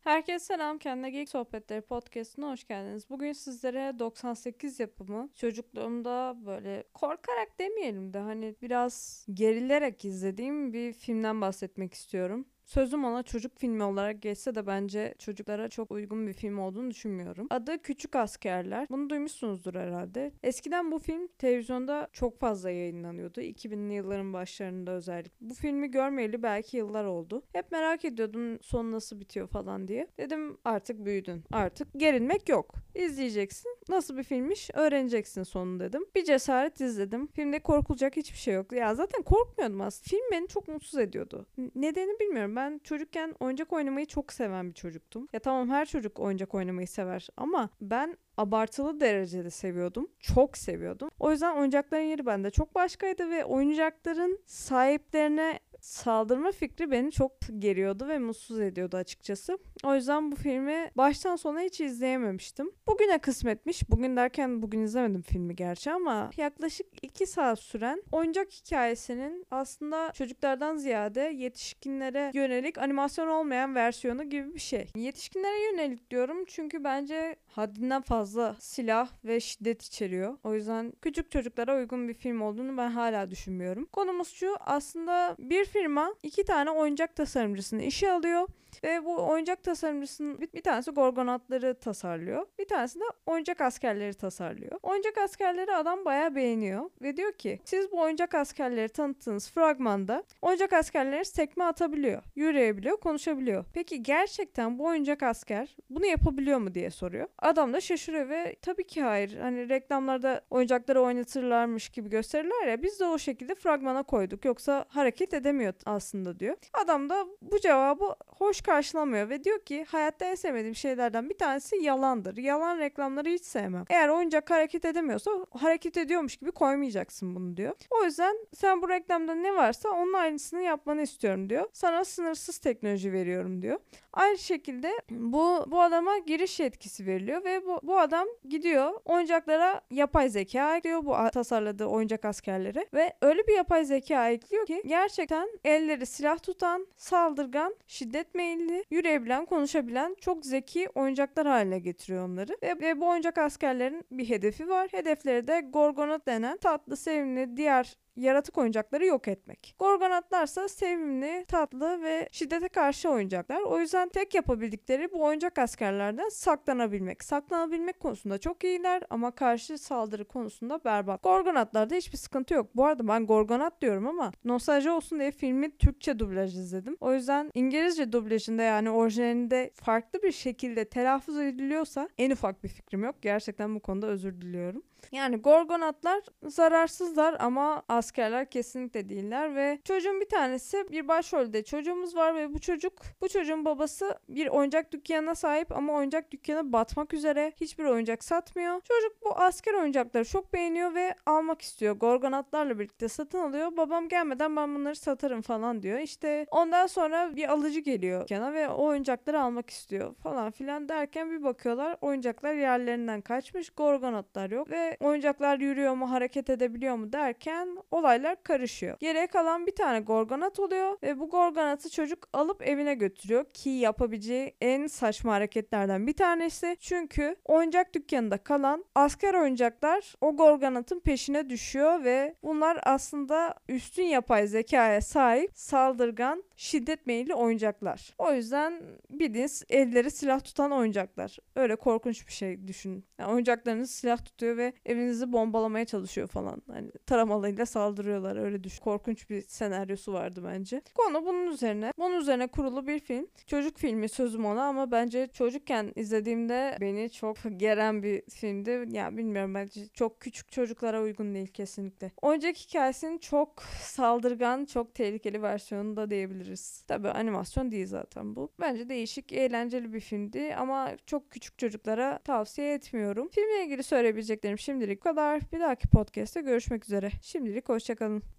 Herkese selam, Kendine Geek Sohbetleri podcastına hoş geldiniz. Bugün sizlere 98 yapımı, çocukluğumda böyle korkarak demeyelim de hani biraz gerilerek izlediğim bir filmden bahsetmek istiyorum. Sözüm ona çocuk filmi olarak geçse de bence çocuklara çok uygun bir film olduğunu düşünmüyorum. Adı Küçük Askerler. Bunu duymuşsunuzdur herhalde. Eskiden bu film televizyonda çok fazla yayınlanıyordu. 2000'li yılların başlarında özellikle. Bu filmi görmeyeli belki yıllar oldu. Hep merak ediyordum son nasıl bitiyor falan diye. Dedim artık büyüdün. Artık gerilmek yok. İzleyeceksin. Nasıl bir filmmiş öğreneceksin sonunu dedim. Bir cesaret izledim. Filmde korkulacak hiçbir şey yoktu. Ya zaten korkmuyordum aslında. Film beni çok mutsuz ediyordu. Nedenini bilmiyorum. Ben çocukken oyuncak oynamayı çok seven bir çocuktum. Ya tamam, her çocuk oyuncak oynamayı sever ama ben abartılı derecede seviyordum. Çok seviyordum. O yüzden oyuncakların yeri bende çok başkaydı ve oyuncakların sahiplerine saldırma fikri beni çok geriyordu ve mutsuz ediyordu açıkçası. O yüzden bu filmi baştan sona hiç izleyememiştim. Bugüne kısmetmiş. Bugün derken bugün izlemedim filmi gerçi ama yaklaşık 2 saat süren oyuncak hikayesinin aslında çocuklardan ziyade yetişkinlere yönelik animasyon olmayan versiyonu gibi bir şey. Yetişkinlere yönelik diyorum çünkü bence haddinden fazla silah ve şiddet içeriyor. O yüzden küçük çocuklara uygun bir film olduğunu ben hala düşünmüyorum. Konumuz şu: aslında bir firma 2 tane oyuncak tasarımcısını işe alıyor ve bu oyuncak tasarımcısının bir tanesi Gorgonatları tasarlıyor. Bir tanesi de oyuncak askerleri tasarlıyor. Oyuncak askerleri adam bayağı beğeniyor ve diyor ki siz bu oyuncak askerleri tanıttığınız fragmanda oyuncak askerleri tekme atabiliyor, yürüyebiliyor, konuşabiliyor. Peki gerçekten bu oyuncak asker bunu yapabiliyor mu diye soruyor. Adam da şaşırıyor ve tabii ki hayır. Hani reklamlarda oyuncakları oynatırlarmış gibi gösterirler ya, biz de o şekilde fragmana koyduk. Yoksa hareket edemiyor aslında diyor. Adam da bu cevabı hoş karşılamıyor ve diyor ki hayatta en sevmediğim şeylerden bir tanesi yalandır. Yalan reklamları hiç sevmem. Eğer oyuncak hareket edemiyorsa hareket ediyormuş gibi koymayacaksın bunu diyor. O yüzden sen bu reklamda ne varsa onun aynısını yapmanı istiyorum diyor. Sana sınırsız teknoloji veriyorum diyor. Aynı şekilde bu adama giriş yetkisi veriliyor ve bu adam gidiyor oyuncaklara yapay zeka ekliyor, bu tasarladığı oyuncak askerlere ve öyle bir yapay zeka ekliyor ki gerçekten elleri silah tutan, saldırgan, şiddet meyilli, yürüyebilen, konuşabilen çok zeki oyuncaklar haline getiriyor onları. Ve bu oyuncak askerlerin bir hedefi var. Hedefleri de Gorgonot denen tatlı, sevimli diğer yaratık oyuncakları yok etmek. Gorgonatlarsa sevimli, tatlı ve şiddete karşı oyuncaklar. O yüzden tek yapabildikleri bu oyuncak askerlerden saklanabilmek. Saklanabilmek konusunda çok iyiler ama karşı saldırı konusunda berbat. Gorgonatlarda hiçbir sıkıntı yok. Bu arada ben Gorgonat diyorum ama nostalji olsun diye filmi Türkçe dublaj izledim. O yüzden İngilizce dublajında, yani orijinalinde farklı bir şekilde telaffuz ediliyorsa en ufak bir fikrim yok. Gerçekten bu konuda özür diliyorum. Yani Gorgonatlar zararsızlar ama askerler kesinlikle değiller ve çocuğun bir tanesi, bir başrolde çocuğumuz var ve bu çocuğun babası bir oyuncak dükkanına sahip ama oyuncak dükkanı batmak üzere, hiçbir oyuncak satmıyor. Çocuk bu asker oyuncakları çok beğeniyor ve almak istiyor. Gorgonatlarla birlikte satın alıyor. Babam gelmeden ben bunları satarım falan diyor. İşte ondan sonra bir alıcı geliyor dükkana ve o oyuncakları almak istiyor falan filan derken bir bakıyorlar oyuncaklar yerlerinden kaçmış. Gorgonatlar yok ve oyuncaklar yürüyor mu, hareket edebiliyor mu derken olaylar karışıyor. Geriye kalan bir tane Gorgonat oluyor ve bu Gorgonat'ı çocuk alıp evine götürüyor ki yapabileceği en saçma hareketlerden bir tanesi. Çünkü oyuncak dükkanında kalan asker oyuncaklar o Gorgonat'ın peşine düşüyor ve bunlar aslında üstün yapay zekaya sahip, saldırgan, şiddet meyilli oyuncaklar. O yüzden bildiğiniz elleri silah tutan oyuncaklar. Öyle korkunç bir şey düşünün. Yani oyuncaklarınız silah tutuyor ve evinizi bombalamaya çalışıyor falan. Hani taramalıyla saldırıyorlar, öyle düşün. Korkunç bir senaryosu vardı bence. Konu bunun üzerine. Bunun üzerine kurulu bir film. Çocuk filmi sözüm ona ama bence çocukken izlediğimde beni çok geren bir filmdi. Yani bilmiyorum, bence çok küçük çocuklara uygun değil kesinlikle. Oyuncak hikayesinin çok saldırgan, çok tehlikeli versiyonu da diyebiliriz. Tabii animasyon değil zaten bu. Bence değişik, eğlenceli bir filmdi ama çok küçük çocuklara tavsiye etmiyorum. Filmle ilgili söyleyebileceklerim şimdilik bu kadar. Bir dahaki podcast'te görüşmek üzere. Şimdilik hoşçakalın.